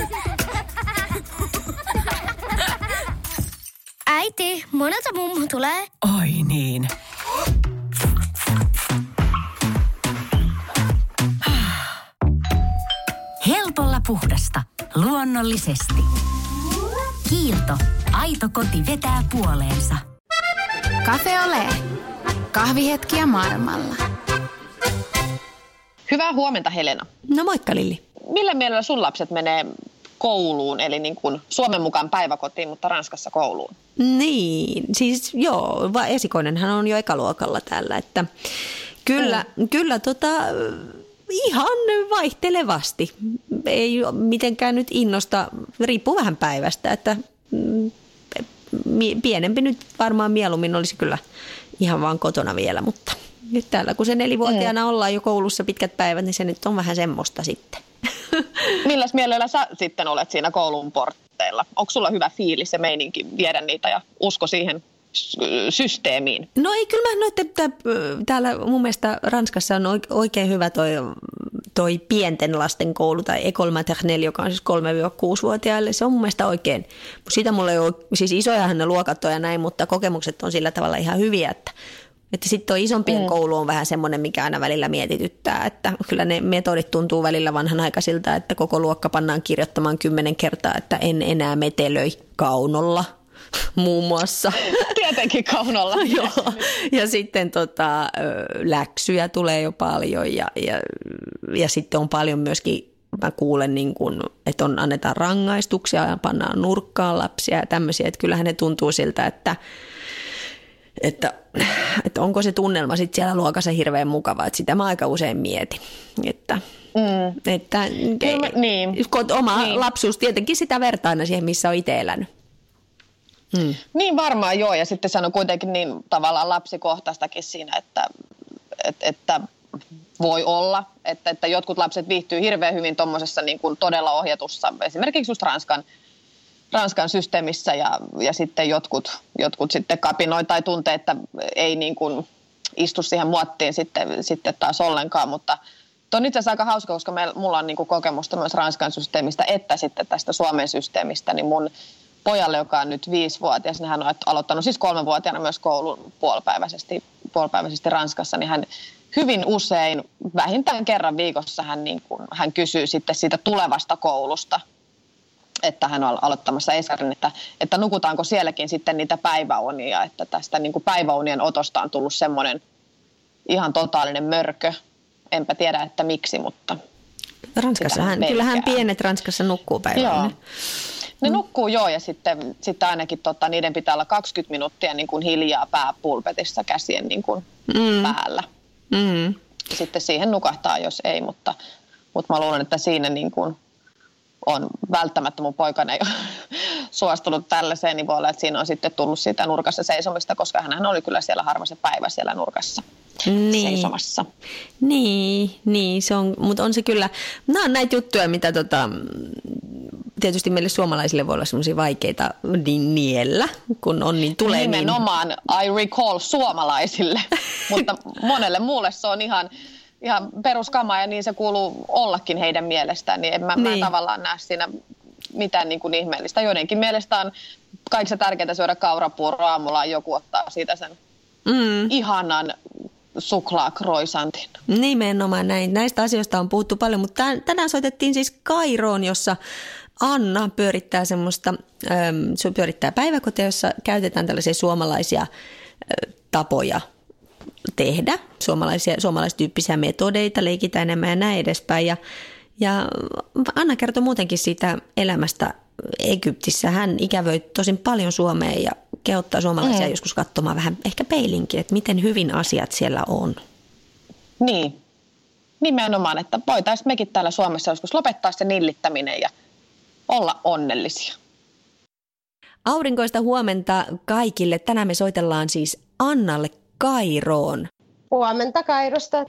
Äiti, monelta mummu tulee. Oi niin. Helpolla puhdasta. Luonnollisesti. Kiilto. Aito koti vetää puoleensa. Cafe Ole. Kahvihetkiä maailmalla. Hyvää huomenta, Helena. No moikka, Lilli. Millä mielellä sun lapset menee kouluun, eli niin kuin Suomen mukaan päiväkotiin, mutta Ranskassa kouluun? Niin, siis joo, esikoinenhan on jo ekaluokalla täällä, että kyllä ihan vaihtelevasti. Ei mitenkään nyt innosta, riippuu vähän päivästä, että pienempi nyt varmaan mieluummin olisi kyllä ihan vaan kotona vielä, mutta nyt täällä kun se 4-vuotiaana ollaan jo koulussa pitkät päivät, niin se nyt on vähän semmoista sitten. Milläs mielellä sä sitten olet siinä koulun portteilla? Onko sulla hyvä fiilis ja meininki viedä niitä ja usko siihen systeemiin? No ei, kyllä mä sanoin, että täällä mun mielestä Ranskassa on oikein hyvä toi pienten lasten koulu tai École Maternelle, joka on siis 3-6-vuotiaille. Se on mun mielestä oikein. Siitä mulla ei ole, siis isojahan ne luokat on ja näin, mutta kokemukset on sillä tavalla ihan hyviä, että sitten tuo isompien koulu on vähän semmoinen, mikä aina välillä mietityttää, että kyllä ne metodit tuntuu välillä vanhanaikaisilta, että koko luokka pannaan kirjoittamaan 10 kertaa, että en enää metelöi kaunolla muun muassa. Tietenkin kaunolla. Joo. Ja sitten läksyjä tulee jo paljon ja sitten on paljon myöskin, mä kuulen, niin kun, että annetaan rangaistuksia ja pannaan nurkkaan lapsia ja tämmöisiä, että kyllähän ne tuntuu siltä, että onko se tunnelma sitten siellä luokassa hirveän mukava, että sitä mä aika usein mietin, että oma lapsuus tietenkin sitä vertaa aina siihen, missä on itse elänyt. Niin varmaan joo, ja sitten se on kuitenkin niin tavallaan lapsikohtaistakin siinä, että voi olla, että jotkut lapset viihtyy hirveän hyvin tuommoisessa niin kuin todella ohjatussa, esimerkiksi just Ranskan systeemissä ja sitten jotkut sitten kapinoi tai tuntee, että ei niin kuin istu siihen muottiin sitten taas ollenkaan, mutta on itse asiassa aika hauska, koska mulla on niin kuin kokemusta myös Ranskan systeemistä että sitten tästä Suomen systeemistä, niin mun pojalle, joka on nyt 5-vuotias, niin hän on aloittanut siis 3-vuotiaana myös koulun puolipäiväisesti Ranskassa, niin hän hyvin usein, vähintään kerran viikossa hän kysyy sitten siitä tulevasta koulusta, että hän on aloittamassa eskarin, että nukutaanko sielläkin sitten niitä päiväunia, että tästä niin kuin päiväunien otosta on tullut semmoinen ihan totaalinen mörkö. Enpä tiedä, että miksi, mutta kyllähän pienet Ranskassa nukkuu päiväunia. Joo. Ne nukkuu joo, ja sitten ainakin niiden pitää olla 20 minuuttia niin kuin hiljaa pääpulpetissa käsien niin kuin päällä. Sitten siihen nukahtaa, jos ei, mutta mä luulen, että siinä niin kuin on välttämättä mun poikani ei ole suostunut tällaiseen, niin voi olla, että siinä on sitten tullut siitä nurkassa seisomista, koska hän oli kyllä siellä harva se päivä siellä nurkassa seisomassa. Niin se on, mutta on se kyllä, nämä on näitä juttuja, mitä tietysti meille suomalaisille voi olla semmoisia vaikeita niellä, kun on niin tulee nimenomaan I recall suomalaisille, mutta monelle muulle se on ihan peruskama ja niin se kuuluu ollakin heidän mielestään, niin mä tavallaan näe siinä mitään niin kuin ihmeellistä. Joidenkin mielestä on kaikista tärkeintä syödä kaurapuuroa aamulla, joku ottaa siitä sen ihanan suklaakroisantin. Nimenomaan näin. Näistä asioista on puhuttu paljon, mutta tänään soitettiin siis Kairoon, jossa Anna pyörittää pyörittää päiväkoteja, jossa käytetään tällaisia suomalaisia tapoja tehdä, suomalaistyyppisiä metodeita, leikitään enemmän ja näin edespäin. Ja Anna kertoi muutenkin siitä elämästä Egyptissä. Hän ikävöi tosin paljon Suomeen ja kehottaa suomalaisia joskus katsomaan vähän ehkä peilinkin, että miten hyvin asiat siellä on. Niin, nimenomaan, että voitaisiin mekin täällä Suomessa joskus lopettaa se nillittäminen ja olla onnellisia. Aurinkoista huomenta kaikille. Tänään me soitellaan siis Annalle Kairoon. Huomenta Kairosta.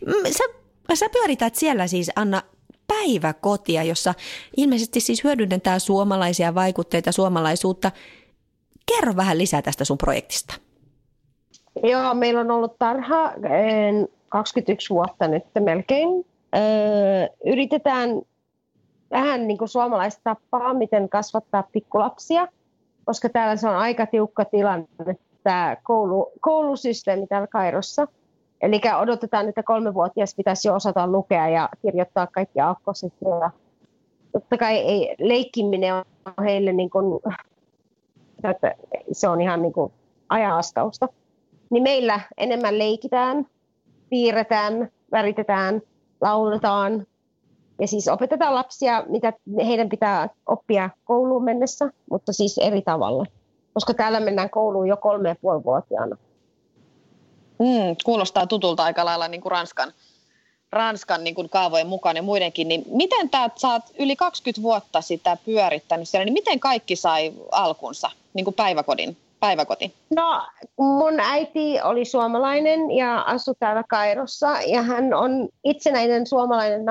Sä pyörität siellä siis, Anna, päiväkotia, jossa ilmeisesti siis hyödynnetään suomalaisia vaikutteita, suomalaisuutta. Kerro vähän lisää tästä sun projektista. Joo, meillä on ollut tarha 21 vuotta nyt melkein. Yritetään vähän niin kuin suomalaiset tapaa, miten kasvattaa pikkulapsia, koska täällä se on aika tiukka tilanne, tämä koulusysteemi täällä Kairossa. Eli odotetaan, että 3-vuotias pitäisi jo osata lukea ja kirjoittaa kaikki aakkoset. Ja totta kai ei, leikkiminen on heille, niin kuin, että se on ihan niin kuin ajan-askausta. Niin meillä enemmän leikitään, piirretään, väritetään, lauletaan. Ja siis opetetaan lapsia, mitä heidän pitää oppia kouluun mennessä, mutta siis eri tavalla. Koska täällä mennään kouluun jo 3,5-vuotiaana. Kuulostaa tutulta aika lailla niin kuin Ranskan niin kuin kaavojen mukaan ja muidenkin. Niin miten sä oot yli 20 vuotta sitä pyörittänyt siellä, niin miten kaikki sai alkunsa, niin kuin päiväkoti? No, mun äiti oli suomalainen ja asui täällä Kairossa ja hän on itsenäinen suomalainen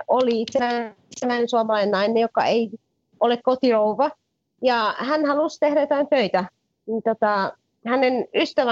nainen, joka ei ole kotirouva. Ja hän halusi tehdä jotain töitä. Hänen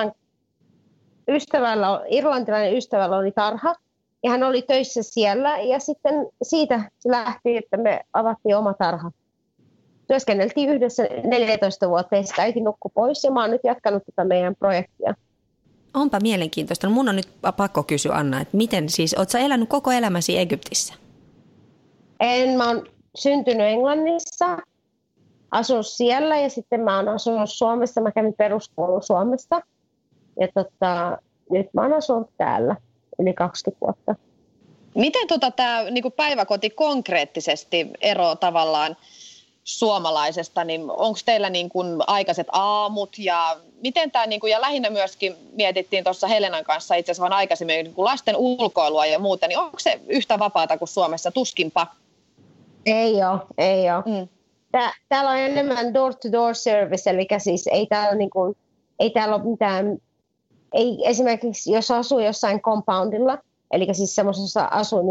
irlantilainen ystävällä oli tarha ja hän oli töissä siellä ja sitten siitä se lähti, että me avattiin oma tarha. Työskenneltiin yhdessä 14 vuotta ja sitten äiti nukkui pois ja mä oon nyt jatkanut tätä meidän projektia. Onpa mielenkiintoista. No mun on nyt pakko kysyä, Anna, että miten siis, ootko sä elänyt koko elämäsi Egyptissä? Mä oon syntynyt Englannissa, asunut siellä ja sitten mä oon asunut Suomessa. Mä kävin peruskoulun Suomessa ja nyt mä oon asunut täällä yli 20 vuotta. Miten tämä niinku päiväkoti konkreettisesti eroaa tavallaan suomalaisesta, niin onko teillä niin kuin aikaiset aamut ja miten tämä, niin kuin, ja lähinnä myöskin mietittiin tuossa Helenan kanssa itse asiassa vaan aikaisemmin niin kuin lasten ulkoilua ja muuta, niin onko se yhtä vapaata kuin Suomessa? Tuskinpa. Ei ole. Täällä on enemmän door-to-door service, eli siis ei täällä ole mitään, ei esimerkiksi jos asuu jossain compoundilla, eli siis semmoisessa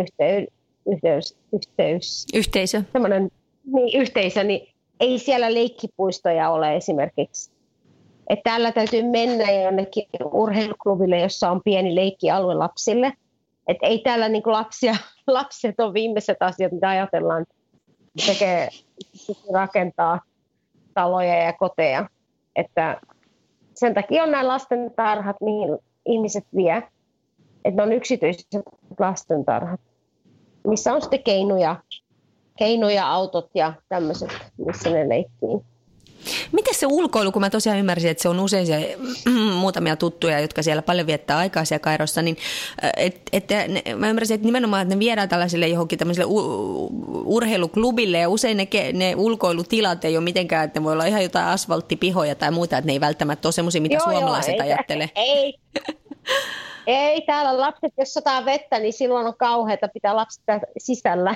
Yhteisö. Semmoinen yhteisö, niin ei siellä leikkipuistoja ole esimerkiksi. Että täällä täytyy mennä jonnekin urheiluklubille, jossa on pieni leikkialue lapsille. Että ei täällä niin kuin lapset on viimeiset asiat, mitä ajatellaan. Rakentaa taloja ja koteja. Että sen takia on nämä lastentarhat, mihin ihmiset vie. Että ne on yksityiset lastentarhat, missä on sitten keinuja, autot ja tämmöiset, missä ne leikkii. Miten se ulkoilu, kun mä tosiaan ymmärsin, että se on usein se muutamia tuttuja, jotka siellä paljon viettää aikaa siellä Kairossa, niin mä ymmärsin, että nimenomaan, että ne viedään tällaisille johonkin tämmöiselle urheiluklubille ja usein ne ulkoilutilat ei ole mitenkään, että ne voi olla ihan jotain asfalttipihoja tai muuta, että ne ei välttämättä ole semmoisia, mitä suomalaiset ajattelee. Ei, täällä lapset, jos sataa vettä, niin silloin on kauheata, pitää lapset sisällä.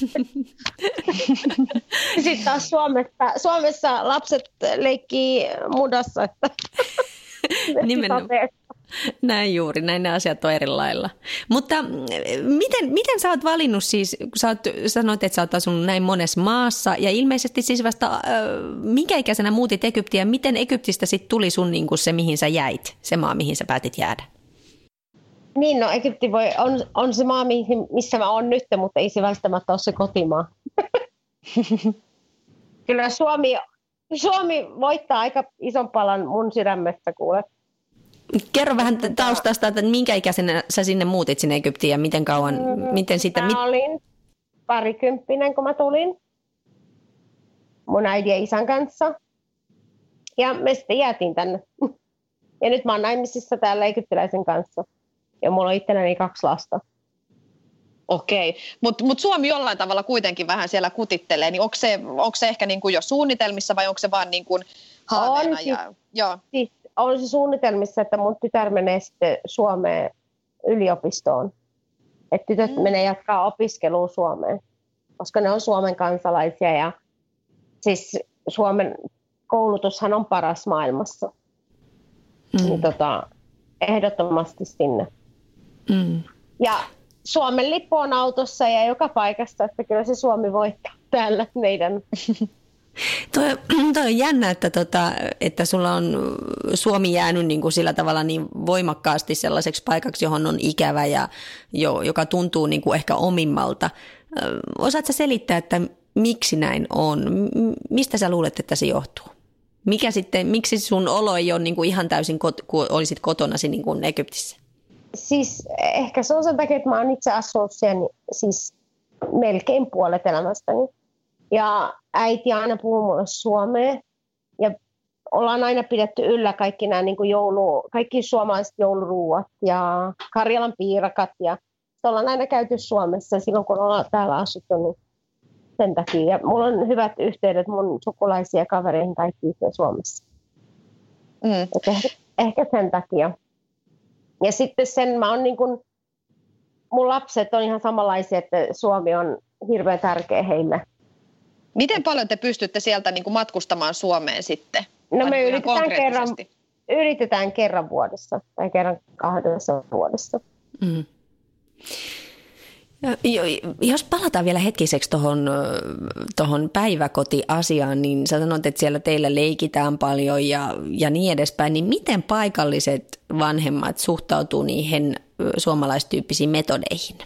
Sitten taas Suomessa lapset leikkii mudassa. Että nimenomaan. Näin juuri, näin ne asiat on eri lailla. Mutta miten sä oot valinnut siis, kun sanoit, että sä oot asunut näin monessa maassa ja ilmeisesti siis vasta minkä ikäisenä muutit Egyptiin ja miten Egyptistä sitten tuli sun niin kuin se, mihin sä jäit, se maa, mihin sä päätit jäädä? Niin, no Egypti on se maa, missä mä oon nyt, mutta ei se välttämättä ole se kotimaa. Kyllä Suomi voittaa aika ison palan mun sydämestä, kuule. Kerro vähän taustasta, että minkä ikäisenä sä sinne muutit sinne Egyptiin ja miten kauan, miten sitten... Mä olin parikymppinen, kun mä tulin mun äidin ja isän kanssa. Ja me sitten jäätiin tänne. Ja nyt mä oon naimisissa täällä egyptiläisen kanssa. Ja mulla on itselläni 2 lasta. Okei, mutta Suomi jollain tavalla kuitenkin vähän siellä kutittelee, niin onko se ehkä niin kuin jo suunnitelmissa vai onko se vaan niin kuin haaveena? Siis on se suunnitelmissa, että mun tytär menee sitten Suomeen yliopistoon. Että tytöt menee jatkaa opiskelua Suomeen, koska ne on Suomen kansalaisia ja siis Suomen koulutushan on paras maailmassa. Niin ehdottomasti sinne. Ja Suomen lippu on autossa ja joka paikassa, että kyllä se Suomi voittaa täällä meidän. Toi on jännä, että sulla on Suomi jäänyt niin kuin sillä tavalla niin voimakkaasti sellaiseksi paikaksi, johon on ikävä ja joka tuntuu niin kuin ehkä omimmalta. Osaatko selittää, että miksi näin on? Mistä sä luulet, että se johtuu? Miksi sun olo ei ole niin kuin ihan täysin, kun olisit kotonasi niin kuin Egyptissä? Siis ehkä se on sen takia, että mä oon itse asunut siellä siis melkein puolet elämästäni. Ja äiti aina puhuu mulle suomea. Ja ollaan aina pidetty yllä kaikki nämä niin kuin kaikki suomalaiset jouluruuat ja Karjalan piirakat. Ja ollaan aina käyty Suomessa silloin, kun ollaan täällä asuttu, niin sen takia. Ja mulla on hyvät yhteydet mun sukulaisia kavereihin kaikki Suomessa. Ehkä sen takia. Ja sitten mä oon niin kuin, mun lapset on ihan samanlaisia, että Suomi on hirveän tärkeä heille. Miten paljon te pystytte sieltä niin kuin matkustamaan Suomeen sitten? No me yritetään kerran vuodessa tai kerran 2 vuodessa. Mm. Jos palataan vielä hetkiseksi tuohon päiväkotiasiaan, niin sä sanoit, että siellä teillä leikitään paljon ja niin edespäin, niin miten paikalliset vanhemmat suhtautuu niihin suomalaistyyppisiin metodeihin?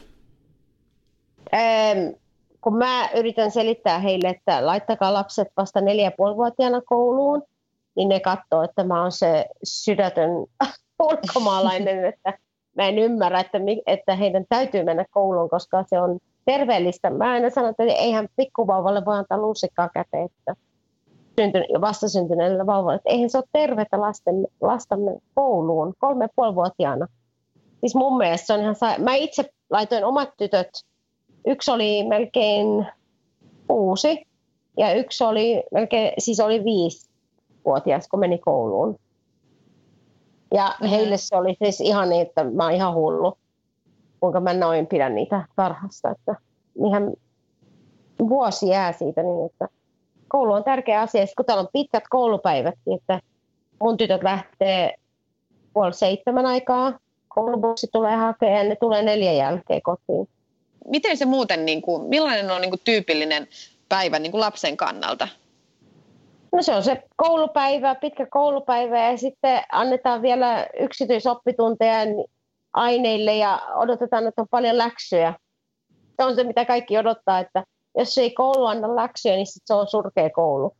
Kun mä yritän selittää heille, että laittakaa lapset vasta 4,5-vuotiaana kouluun, niin ne katsoo, että mä oon se sydätön ulkomaalainen, että mä en ymmärrä, että heidän täytyy mennä kouluun, koska se on terveellistä. Mä aina sanon, että eihän pikkuvauvalle voi antaa lusikkaa käteen, että vastasyntyneelle vauvalle, että eihän se ole tervettä lastamme kouluun 3,5-vuotiaana. Siis mun mielestä se on ihan mä itse laitoin omat tytöt. Yksi oli melkein 6 ja yksi oli oli 5-vuotias, kun meni kouluun. Ja heille se oli siis ihan niin, että mä oon ihan hullu, kuinka mä noin pidän niitä tarhassa. Että ihan vuosi jää siitä niin, että koulu on tärkeä asia. Sitten kun täällä on pitkät koulupäivätkin, että mun tytöt lähtee 6:30 aikaa, koulubussi tulee hakemaan ja ne tulee 4 jälkeen kotiin. Miten se muuten, niin kuin, millainen on niin kuin tyypillinen päivä niin kuin lapsen kannalta? No se on se koulupäivä, pitkä koulupäivä ja sitten annetaan vielä yksityisoppitunteja aineille ja odotetaan, että on paljon läksyjä. Se on se, mitä kaikki odottaa, että jos ei koulu anna läksyjä, niin sit se on surkea koulu.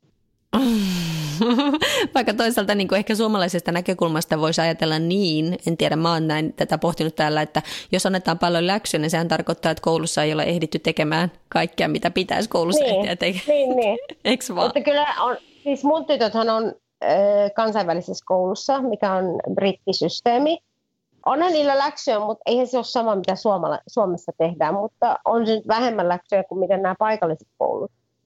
Vaikka toisaalta niin kuin ehkä suomalaisesta näkökulmasta voisi ajatella niin, en tiedä, mä oon näin tätä pohtinut täällä, että jos annetaan paljon läksyjä, niin sehän tarkoittaa, että koulussa ei ole ehditty tekemään kaikkea, mitä pitäisi koulussa ehtiä tekemään. Niin. Eikö vaan? Mutta kyllä siis mun tytöthän on kansainvälisessä koulussa, mikä on brittisysteemi. Onhan niillä läksyjä, mutta eihän se ole sama, mitä Suomessa tehdään, mutta on se nyt vähemmän läksyjä kuin miten nämä paikalliset koulut.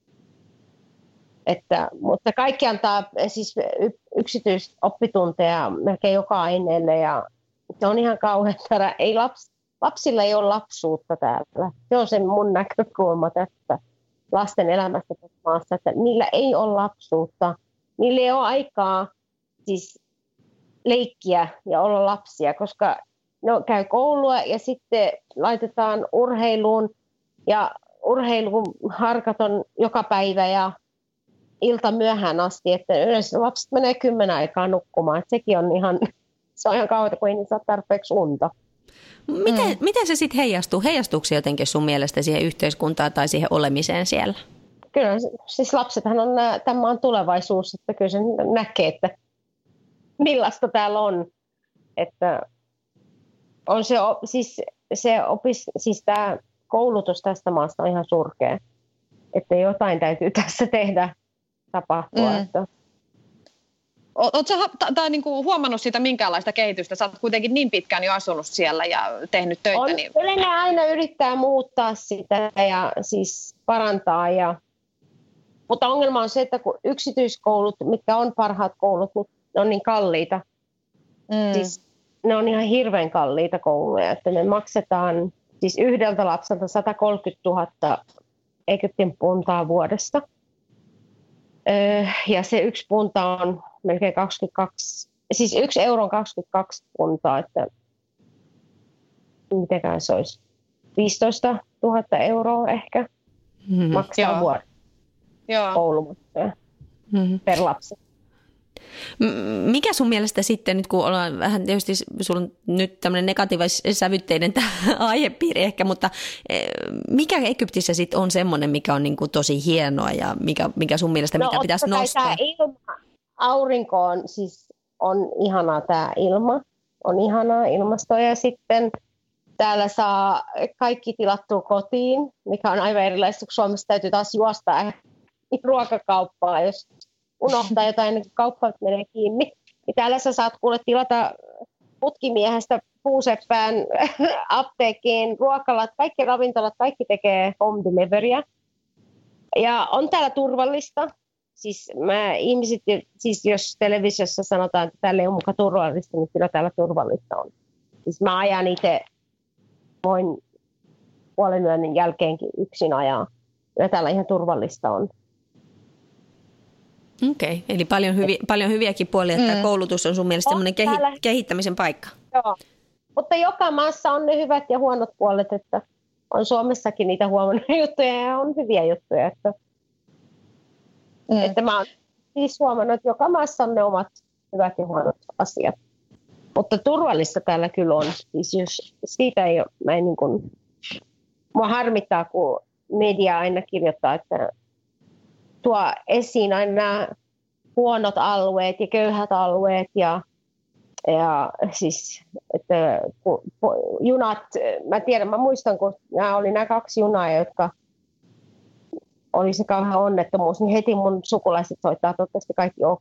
Mutta kaikki antaa siis yksityisoppitunteja melkein joka aineelle ja se on ihan kauhean. Lapsilla ei ole lapsuutta täällä. Se on se mun näkökulma tästä lasten elämästä tässä maassa, että niillä ei ole lapsuutta. Niillä ei ole aikaa siis leikkiä ja olla lapsia, koska ne käy koulua ja sitten laitetaan urheiluun ja urheilun harkat on joka päivä ja ilta myöhään asti, että yleensä lapset menee 10 aikaa nukkumaan. Että sekin on se on ihan kauheata, kun ei saa tarpeeksi unta. Miten se sitten heijastuu? Heijastuuko se jotenkin sun mielestä siihen yhteiskuntaan tai siihen olemiseen siellä? Kyllä, siis lapsethan on tämän maan tulevaisuus, että kyllä se näkee, että millaista täällä on. Että on siis tämä koulutus tästä maasta on ihan surkea, että jotain täytyy tässä tehdä. Tapahtua. Oletko niinku huomannut siitä minkäänlaista kehitystä? Sä oot kuitenkin niin pitkään jo asunut siellä ja tehnyt töitä. Niin... Kyllä ne aina yrittää muuttaa sitä ja siis parantaa. Mutta ongelma on se, että kun yksityiskoulut, mitkä on parhaat koulut, niin ne on niin kalliita. Siis ne on ihan hirveän kalliita kouluja, että me maksetaan siis yhdeltä lapselta 130 000 Egyptin puntaa vuodesta. Ja se 1 punta on melkein 22, siis 1 euro on 22 puntaa, että mitenkään se olisi 15 000 euroa ehkä maksaa vuodessa koulumatkoja per lapsi. Mikä sun mielestä sitten, nyt kun ollaan vähän tietysti, sulla on nyt tämmöinen negatiivis-sävytteinen aihepiiri ehkä, mutta mikä Egyptissä sitten on semmoinen, mikä on niin kuin tosi hienoa ja mikä sun mielestä, mikä pitäisi nostaa? Tämä ilma, aurinko on, siis on ihanaa tämä ilma, on ihanaa ilmastoa ja sitten täällä saa kaikki tilattua kotiin, mikä on aivan erilaista, kun Suomessa täytyy taas juosta ruokakauppaa, jos unohtaa jotain, niin kauppa menee kiinni. Ja täällä sä saat kuule tilata putkimiehestä puuseppään, apteekkiin, ruokalat, kaikki ravintolat, kaikki tekee home deliveryä. Ja on täällä turvallista. Siis ihmiset, siis jos televisiossa sanotaan, että täällä ei ole mukaan turvallista, niin kyllä täällä turvallista on. Siis mä ajan itse, voin puolen yön jälkeenkin yksin ajaa. Ja täällä ihan turvallista on. Okei, eli paljon hyviäkin puolia, että koulutus on sun mielestä semmoinen kehittämisen paikka. Joo, mutta joka maassa on ne hyvät ja huonot puolet, että on Suomessakin niitä huonoja juttuja ja on hyviä juttuja. Että mä oon siis huomannut, että joka maassa on ne omat hyvät ja huonot asiat. Mutta turvallista täällä kyllä on. Siis jos siitä ei ole, mä en niin kuin, mua harmittaa, kun media aina kirjoittaa, että tuo esiin aina nämä huonot alueet ja köyhät alueet ja siis, että junat, mä muistan, kun oli nämä 2 junaa, jotka oli se kauhean onnettomuus, niin heti mun sukulaiset soittaa toivottavasti kaikki ok.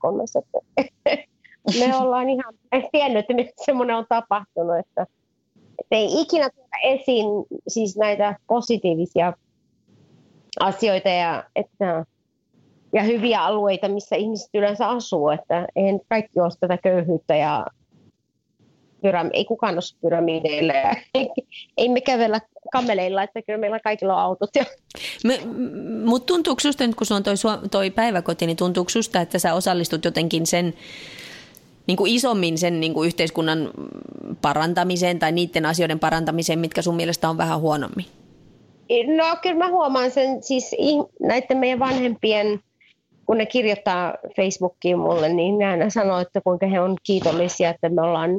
Me ollaan ihan tiennyt, että nyt semmoinen on tapahtunut, että ei ikinä tuoda esiin siis näitä positiivisia asioita ja hyviä alueita, missä ihmiset yleensä asuu, että eihän kaikki ole tätä köyhyyttä ja ei kukaan ole pyramideilla ja ei me kävellä kameleilla, että kyllä meillä kaikilla on autot. Mutta tuntuuko susta nyt, kun sulla on toi päiväkoti, niin tuntuuko susta, että sä osallistut jotenkin sen niin kuin isommin sen niin kuin yhteiskunnan parantamiseen tai niiden asioiden parantamiseen, mitkä sun mielestä on vähän huonommin? No kyllä mä huomaan sen, siis näiden meidän vanhempien, kun ne kirjoittaa Facebookiin mulle, niin ne aina sanoo, että kuinka he on kiitollisia, että me ollaan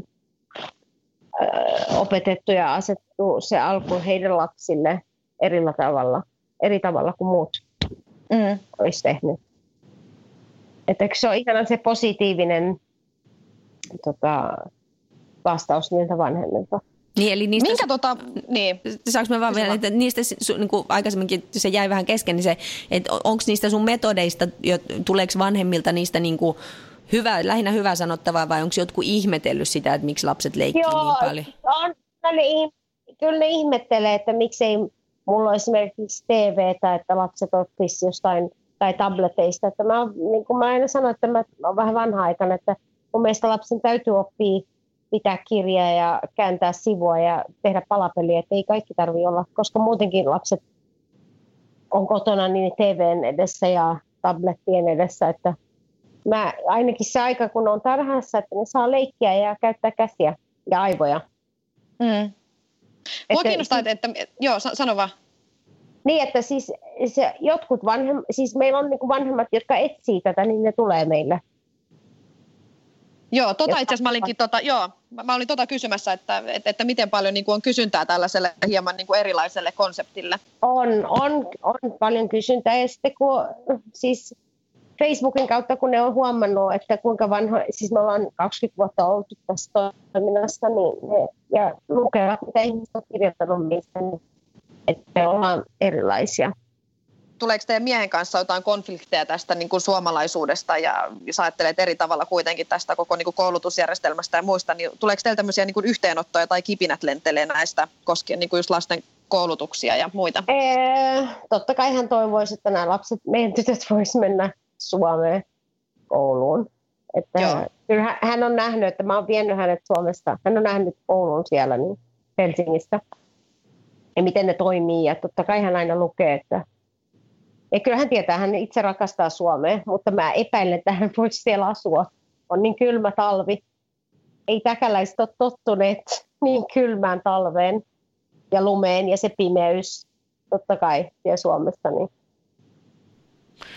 opetettu ja asettu se alku heidän lapsille eri tavalla kuin muut olisi tehnyt. Että se on ihan se positiivinen vastaus niiltä vanhemmilta. Niin, eli niistä, niin. Saanko mä vaan vielä, että niistä niin kuin aikaisemminkin se jäi vähän kesken, niin se, että onko niistä sun metodeista, tuleeko vanhemmilta niistä niin kuin lähinnä hyvä sanottavaa vai onko jotkut ihmetellyt sitä, että miksi lapset leikkii niin paljon? Kyllä ne ihmettelee, että miksei mulla ole esimerkiksi TVtä, että lapset oppisivat jostain tai tableteista. Että niin kuin mä aina sanon, että mä olen vähän vanha-aikana, että mun mielestä lapsen täytyy oppia pitää kirjaa ja kääntää sivua ja tehdä palapeliä, että ei kaikki tarvitse olla, koska muutenkin lapset on kotona niin TVn edessä ja tablettien edessä, että mä ainakin se aika, kun on tarhassa, että ne saa leikkiä ja käyttää käsiä ja aivoja. Mua kiinnostaa, että joo, sano vaan. Niin, että siis jotkut siis meillä on niinku vanhemmat, jotka etsii tätä, niin ne tulee meille. Joo, itse asiassa mä olin kysymässä, että miten paljon niin kuin on kysyntää tällaiselle hieman niin kuin erilaiselle konseptille. On paljon kysyntää ja sitten kun siis Facebookin kautta, kun ne on huomannut, että kuinka siis me ollaan 20 vuotta oltu tässä toiminnassa, niin ja lukevat, mitä ihmiset on kirjoittanut niistä, niin että me ollaan erilaisia. Tuleeko teidän miehen kanssa jotain konflikteja tästä niin kuin suomalaisuudesta ja jos ajattelet eri tavalla kuitenkin tästä koko niin kuin koulutusjärjestelmästä ja muista, niin tuleeko teillä tämmöisiä niin kuin yhteenottoja tai kipinät lentelee näistä koskien niin kuin just lasten koulutuksia ja muita? Totta kai hän toivoisi, että nämä lapset, meidän tytöt vois mennä Suomeen kouluun. Että kyllä hän on nähnyt, että mä oon vienyt hänet Suomesta. Hän on nähnyt koulun siellä niin Helsingistä ja miten ne toimii ja totta kai hän aina lukee, että ja kyllä hän tietää, hän itse rakastaa Suomea, mutta mä epäilen, että hän voisi siellä asua. On niin kylmä talvi. Ei täkäläiset ole tottuneet niin kylmään talveen ja lumeen ja se pimeys, totta kai, siellä Suomessa. Niin.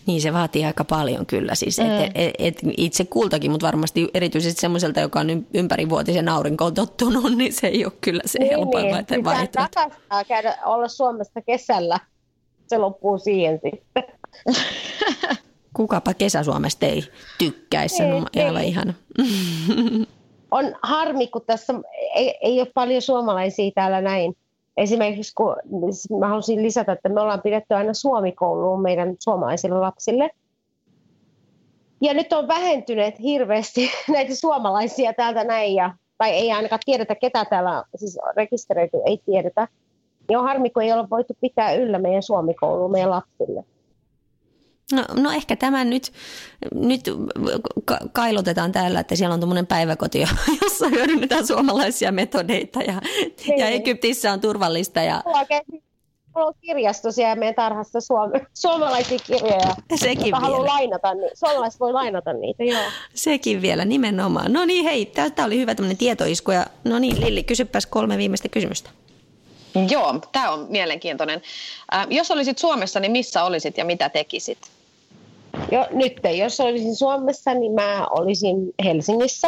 Niin se vaatii aika paljon kyllä siis, et itse kultakin, mutta varmasti erityisesti semmoiselta, joka on ympärivuotisen aurinkoon tottunut, niin se ei ole kyllä se helpoin vaihtoehto. Rakastaa käydä olla Suomessa kesällä, se loppuu siihen sitten. Kukapa Kesä-Suomesta ei tykkäisi, se on aivan ihana. On harmi, kun tässä ei ole paljon suomalaisia täällä näin. Esimerkiksi kun mä haluaisin lisätä, että me ollaan pidetty aina suomikouluun meidän suomalaisille lapsille. Ja nyt on vähentyneet hirveästi näitä suomalaisia täältä näin, tai ei ainakaan tiedetä, ketä täällä siis rekisteröity, ei tiedetä. Ja on harmi, kun ei ole voitu pitää yllä meidän suomikouluun meidän lapsille. No ehkä tämä nyt kailotetaan täällä, että siellä on tuommoinen päiväkoti, jossa hyödynnetään suomalaisia metodeita ja Egyptissä on turvallista. Mulla on kirjasto siellä meidän tarhassa suomalaisia kirjoja. Sekin vielä. Haluan lainata, niin suomalaiset voi lainata niitä, joo. Sekin vielä, nimenomaan. No niin, hei, tämä oli hyvä tämmöinen tietoisku. Ja, no niin, Lilli, kysypäs 3 viimeistä kysymystä. Joo, tämä on mielenkiintoinen. Jos olisit Suomessa, niin missä olisit ja mitä tekisit? Nyt, jos olisin Suomessa, niin mä olisin Helsingissä.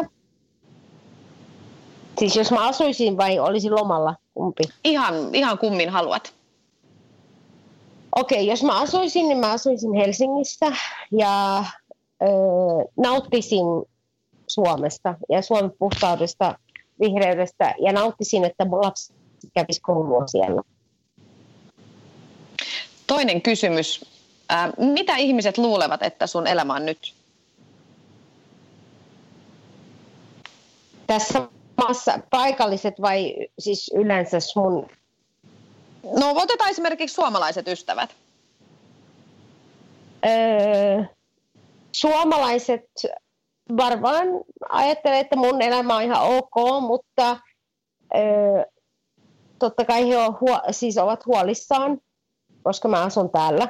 Siis jos mä asuisin vai olisin lomalla, kumpi? Ihan kummin haluat. Okei, jos mä asuisin, niin mä asuisin Helsingissä ja nauttisin Suomesta ja Suomen puhtaudesta, vihreydestä ja nauttisin, että mun lapsi kävisi koulua siellä. Toinen kysymys. Mitä ihmiset luulevat, että sun elämä on nyt? Tässä maassa paikalliset vai siis yleensä mun? No otetaan esimerkiksi suomalaiset ystävät. Suomalaiset varmaan ajattelee, että mun elämä on ihan ok, mutta totta kai he ovat huolissaan, koska mä asun täällä.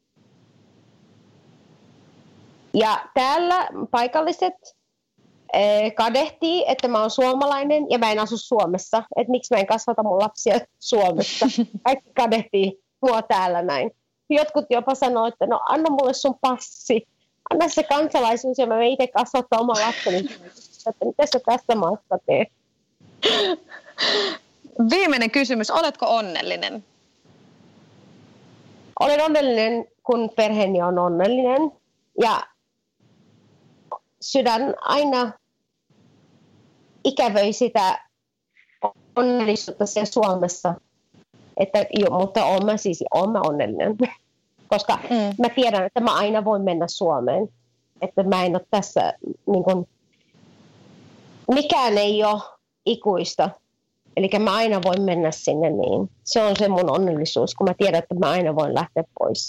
Ja täällä paikalliset kadehtii, että mä oon suomalainen ja mä en asu Suomessa. Että miksi mä en kasvata mun lapsia Suomessa. Kaikki kadehtii mua täällä näin. Jotkut jopa sanoo, että no anna mulle sun passi. Anna se kansalaisuus ja mä menen itse kasvattaa oman lapseni. Että mitä sä tästä maasta teet? Viimeinen kysymys. Oletko onnellinen? Olen onnellinen, kun perheeni on onnellinen. Ja sydän aina ikävöi sitä onnellisuutta siellä Suomessa. Mutta olen mä onnellinen. Koska mä tiedän, että mä aina voin mennä Suomeen. Että mä en ole tässä, niin kun, mikään ei ole ikuista. Eli mä aina voin mennä sinne niin. Se on se mun onnellisuus, kun mä tiedän, että mä aina voin lähteä pois.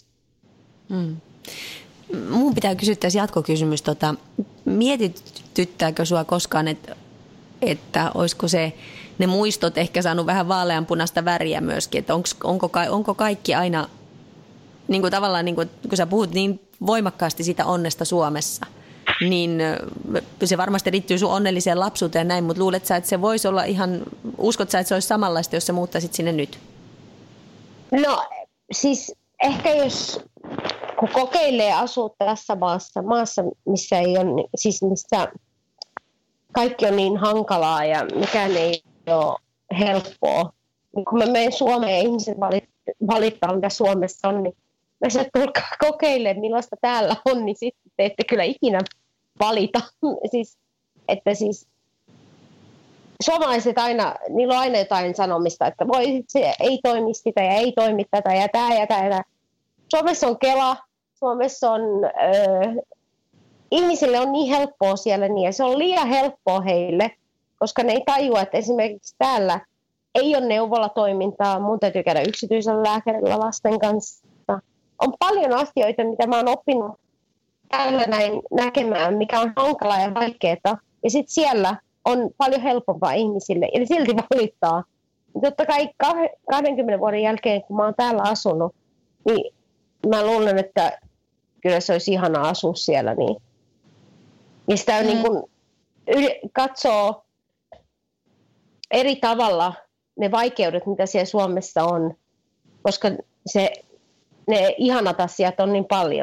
Mun pitää kysyä tässä jatkokysymys. Mietityttääkö sua koskaan, että olisiko ne muistot ehkä saanut vähän vaaleanpunaista väriä myöskin? Että onko kaikki aina, niin kuin tavallaan niin kuin, kun sä puhut niin voimakkaasti siitä onnesta Suomessa, niin se varmasti liittyy sun onnelliseen lapsuuteen näin, mutta luulet sä, että se voisi olla ihan, uskot sä, että se olisi samanlaista, jos sä muuttaisit sinne nyt? No siis ehkä kun kokeilee asua tässä maassa missä ei ole, siis missä kaikki on niin hankalaa ja mikään ei ole helppoa. Kun mä menen Suomeen ja ihmiset valittaa, mitä Suomessa on, niin mä sanon, että kokeilee, millaista täällä on, niin sitten te ette kyllä ikinä valita. siis suomalaiset aina, niillä on aina jotain sanomista, että voi se ei toimi sitä ja ei toimi tätä ja tämä. Suomessa on Kela, Suomessa on, ihmisille on niin helppoa siellä niin ja se on liian helppoa heille, koska ne ei tajua, että esimerkiksi täällä ei ole neuvolatoimintaa, mun täytyy käydä yksityisellä lääkärillä lasten kanssa. On paljon asioita, mitä mä oon oppinut täällä näin näkemään, mikä on hankalaa ja vaikeaa. Ja sitten siellä on paljon helpompaa ihmisille, eli silti valittaa. Totta kai 20 vuoden jälkeen, kun mä oon täällä asunut, niin mä luulen, että kyllä se olisi ihanaa asua siellä. Niin. Ja sitä niin kun katsoo eri tavalla ne vaikeudet, mitä siellä Suomessa on, koska ne ihanat asiat on niin paljon.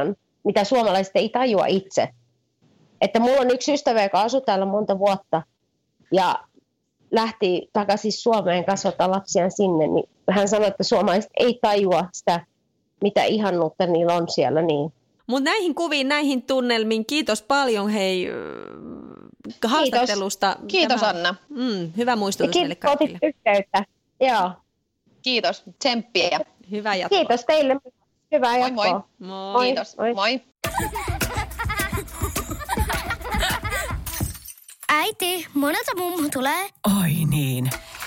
mitä suomalaiset ei tajua itse. Että mulla on yksi ystävä, joka asui täällä monta vuotta ja lähti takaisin Suomeen kasvattaa lapsiaan sinne, niin hän sanoi, että suomalaiset ei tajua sitä, mitä ihannuutta niillä on siellä. Niin. Mutta näihin kuviin, näihin tunnelmiin, kiitos paljon hei haastattelusta. Kiitos Anna. Hyvä muistutus meille kaikille. Yhteyttä. Joo. Kiitos, tsemppiä. Hyvää jatkoa. Kiitos teille. Hyvää jatkoa. Moi. Kiitos, moi. Äiti, monelta mummu tulee. Oi niin.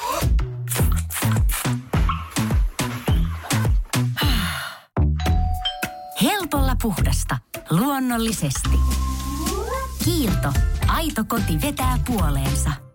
Helpolla puhdasta. Luonnollisesti. Kiilto. Aito koti vetää puoleensa.